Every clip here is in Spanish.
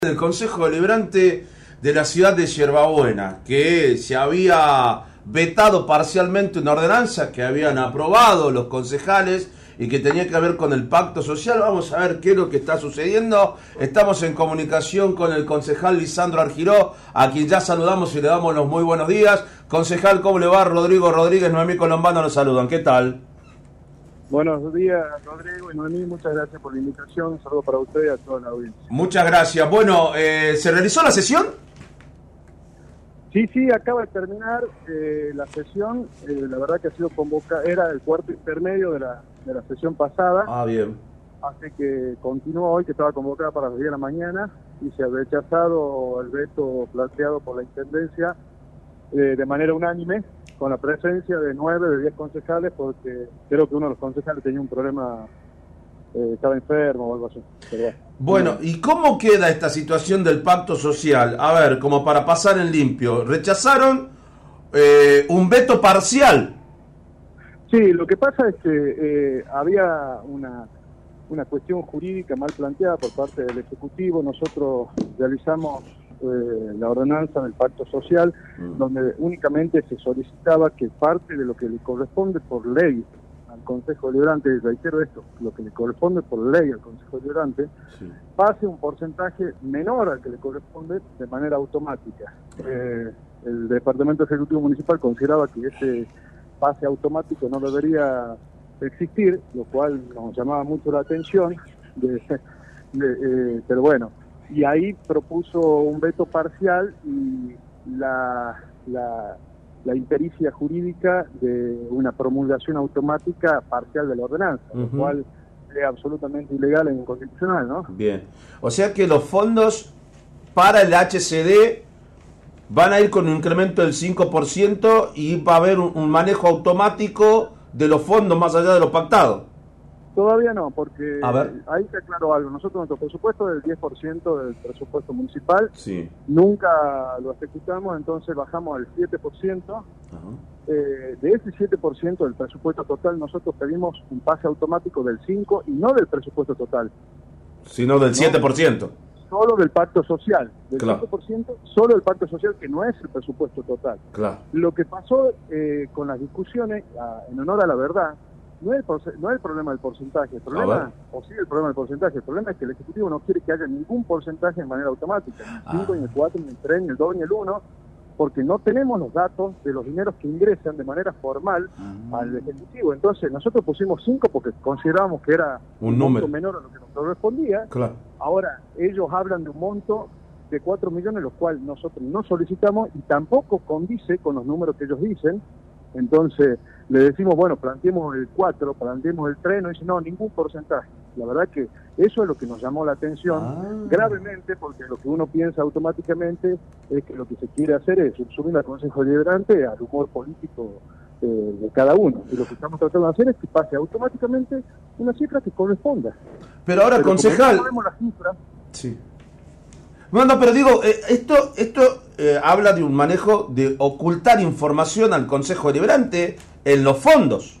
del Consejo Deliberante de la ciudad de Yerbabuena, que se había vetado parcialmente una ordenanza que habían aprobado los concejales y que tenía que ver con el pacto social. Vamos a ver qué es lo que está sucediendo. Estamos en comunicación con el concejal Lisandro Argiró, a quien ya saludamos y le damos los muy buenos días. Concejal, ¿cómo le va? Rodrigo Rodríguez, Noemí Colombano nos saludan. ¿Qué tal? Buenos días, Rodrigo y Noemí, muchas gracias por la invitación. Un saludo para usted y a toda la audiencia. Muchas gracias. Bueno, ¿se realizó la sesión? Sí, acaba de terminar la sesión. La verdad que ha sido convocada, era el cuarto intermedio de la sesión pasada. Ah, bien. Así que continúa hoy, que estaba convocada para las 10 de la mañana, y se ha rechazado el veto planteado por la Intendencia de manera unánime, con la presencia de 9 de 10 concejales, porque creo que uno de los concejales tenía un problema, estaba enfermo o algo así. Pero, bueno, ¿y cómo queda esta situación del pacto social? A ver, como para pasar en limpio, rechazaron un veto parcial. Sí, lo que pasa es que había una cuestión jurídica mal planteada por parte del Ejecutivo. Nosotros realizamos la ordenanza del pacto social, donde únicamente se solicitaba que parte de lo que le corresponde por ley al Consejo Deliberante, y reitero esto, lo que le corresponde por ley al Consejo Deliberante, sí, pase un porcentaje menor al que le corresponde de manera automática. El Departamento Ejecutivo Municipal consideraba que ese pase automático no debería existir, lo cual nos llamaba mucho la atención, pero bueno, y ahí propuso un veto parcial y la impericia jurídica de una promulgación automática parcial de la ordenanza, lo cual es absolutamente ilegal e inconstitucional, ¿no? Bien, o sea que los fondos para el HCD van a ir con un incremento del 5% y va a haber un manejo automático de los fondos más allá de lo pactado. Todavía no, porque ahí te aclaro algo. Nosotros nuestro presupuesto es del 10% del presupuesto municipal. Sí. Nunca lo ejecutamos, entonces bajamos al 7%. De ese 7% del presupuesto total, nosotros pedimos un pase automático del 5% y no del presupuesto total. Sino del 7%. Solo del pacto social. Del claro. 7%, solo el pacto social, que no es el presupuesto total. Claro. Lo que pasó con las discusiones, en honor a la verdad, no es el problema del porcentaje, el problema, o sí el problema del porcentaje, el problema es que el Ejecutivo no quiere que haya ningún porcentaje de manera automática, ni el 5, ni el 4, ni el 3, ni el 2, ni el 1, porque no tenemos los datos de los dineros que ingresan de manera formal al Ejecutivo. Entonces nosotros pusimos 5 porque considerábamos que era un monto menor a lo que nos correspondía. Claro. Ahora ellos hablan de un monto de 4 millones, los cuales nosotros no solicitamos y tampoco condice con los números que ellos dicen. Entonces le decimos, bueno, planteemos el 4, planteemos el 3, no dice, no, ningún porcentaje. La verdad que eso es lo que nos llamó la atención gravemente, porque lo que uno piensa automáticamente es que lo que se quiere hacer es subsumir al Consejo Deliberante al humor político de cada uno. Y lo que estamos tratando de hacer es que pase automáticamente una cifra que corresponda. Pero ahora, concejal... No sabemos la cifra. Sí. Bueno, pero digo, esto habla de un manejo de ocultar información al Consejo Deliberante en los fondos.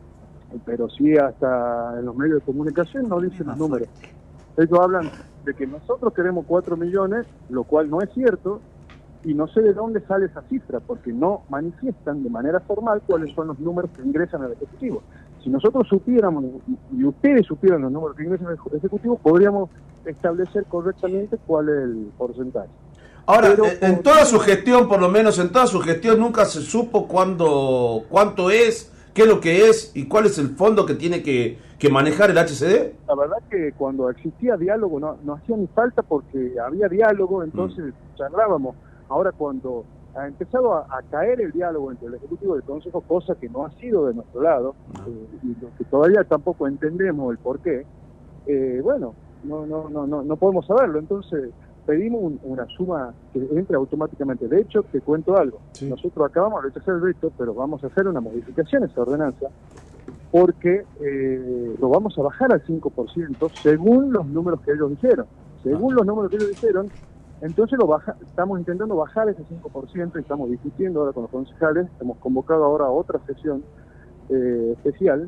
Pero sí, hasta en los medios de comunicación no dicen los números. Ellos hablan de que nosotros queremos 4 millones, lo cual no es cierto, y no sé de dónde sale esa cifra, porque no manifiestan de manera formal cuáles son los números que ingresan al Ejecutivo. Si nosotros supiéramos, y ustedes supieran los números que ingresan al Ejecutivo, podríamos establecer correctamente cuál es el porcentaje. Ahora, en toda su gestión, por lo menos en toda su gestión, nunca se supo cuánto es, qué es lo que es y cuál es el fondo que tiene que manejar el HCD. La verdad que cuando existía diálogo no hacía ni falta porque había diálogo, entonces charlábamos. Ahora cuando ha empezado a caer el diálogo entre el Ejecutivo y el Consejo, cosa que no ha sido de nuestro lado, y lo que todavía tampoco entendemos el porqué, bueno, no podemos saberlo. Entonces pedimos una suma que entre automáticamente. De hecho, te cuento algo. Sí. Nosotros acabamos de rechazar el veto, pero vamos a hacer una modificación a esa ordenanza porque lo vamos a bajar al 5% según los números que ellos dijeron. Según los números que ellos dijeron, entonces estamos intentando bajar ese 5% y estamos discutiendo ahora con los concejales. Hemos convocado ahora a otra sesión especial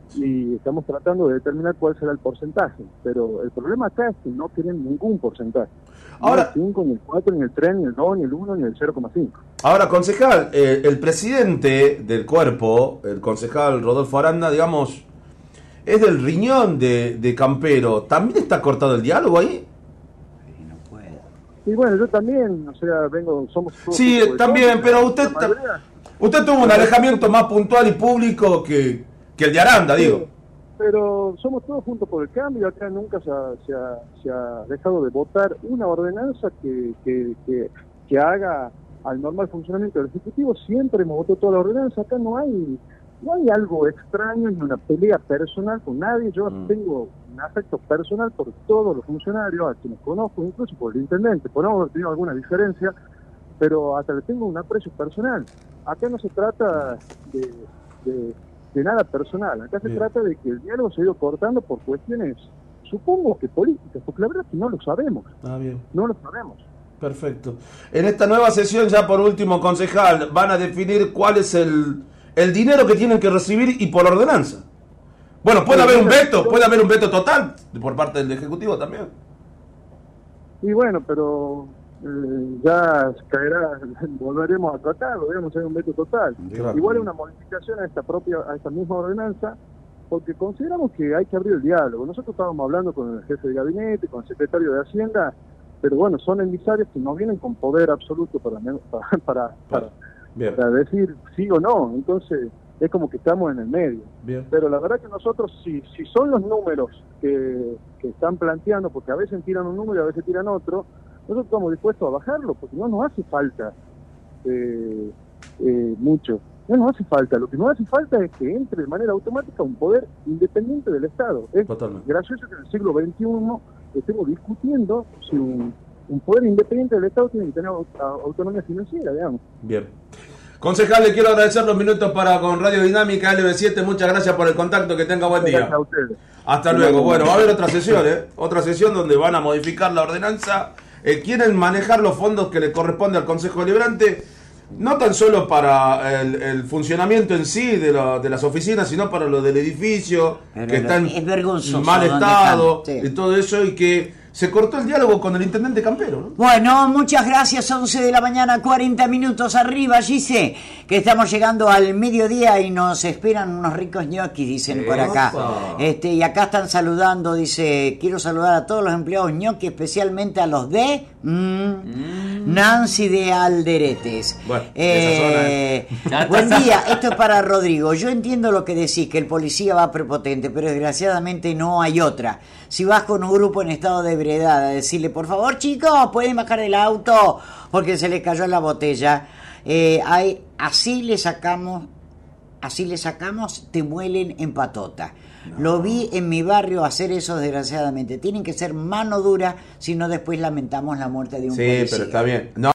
y estamos tratando de determinar cuál será el porcentaje, pero el problema acá es que no tienen ningún porcentaje. Ahora, ni el 5, ni el 4, ni el 3, ni el 2, ni el 1, ni el 0,5. Ahora, concejal, el presidente del cuerpo, el concejal Rodolfo Aranda, digamos, es del riñón de Campero. ¿También está cortado el diálogo ahí? No puedo. Y bueno, yo también, o sea, somos todos... Sí, también, pero usted tuvo un alejamiento más puntual y público que el de Aranda, digo. Pero somos todos juntos por el cambio, acá nunca se ha dejado de votar una ordenanza que haga al normal funcionamiento del Ejecutivo. Siempre hemos votado toda la ordenanza, acá no hay algo extraño ni una pelea personal con nadie. Yo tengo un afecto personal por todos los funcionarios, a quienes conozco, incluso por el intendente. Podemos haber tenido alguna diferencia, pero hasta le tengo un aprecio personal. Acá no se trata de nada personal, acá se trata de que el diálogo se ha ido cortando por cuestiones, supongo que políticas, porque la verdad es que no lo sabemos. Bien. No lo sabemos. Perfecto. En esta nueva sesión, ya por último, concejal, van a definir cuál es el dinero que tienen que recibir y por ordenanza. Bueno, puede haber un veto total por parte del Ejecutivo también. Y bueno, pero ya caerá, volveremos a tratarlo, digamos, hay un veto total. Claro. Igual es una modificación a esta misma ordenanza, porque consideramos que hay que abrir el diálogo. Nosotros estábamos hablando con el jefe de gabinete, con el secretario de Hacienda, pero bueno, son emisarios que no vienen con poder absoluto para decir sí o no. Entonces es como que estamos en el medio. Bien. Pero la verdad que nosotros, si son los números que están planteando, porque a veces tiran un número y a veces tiran otro, nosotros estamos dispuestos a bajarlo, porque no nos hace falta mucho. No nos hace falta. Lo que nos hace falta es que entre de manera automática un poder independiente del Estado. Es gracioso que en el siglo XXI estemos discutiendo si un poder independiente del Estado tiene que tener autonomía financiera, digamos. Bien. Concejal, le quiero agradecer los minutos con Radio Dinámica LB7. Muchas gracias por el contacto. Que tenga buen día. Gracias a ustedes. Hasta luego. Bueno, va a haber otra sesión, otra sesión donde van a modificar la ordenanza. Quieren manejar los fondos que le corresponde al Consejo Deliberante, no tan solo para el funcionamiento en sí de las oficinas, sino para lo del edificio, que está en mal estado, y todo eso, y que se cortó el diálogo con el intendente Campero, ¿no? Bueno, muchas gracias. 11 de la mañana, 40 minutos arriba, Gise, que estamos llegando al mediodía y nos esperan unos ricos ñoquis, dicen por acá. Y acá están saludando, dice, quiero saludar a todos los empleados ñoqui, especialmente a los de Nancy de Alderetes. Bueno, esa zona, Buen día, esto es para Rodrigo. Yo entiendo lo que decís, que el policía va prepotente, pero desgraciadamente no hay otra. Si vas con un grupo en estado de ebriedad a decirle, por favor chicos, pueden bajar del auto porque se les cayó la botella, así le sacamos, te muelen en patota. No. Lo vi en mi barrio hacer eso, desgraciadamente. Tienen que ser mano dura, si no después lamentamos la muerte de un policía. Sí, pero está bien. No.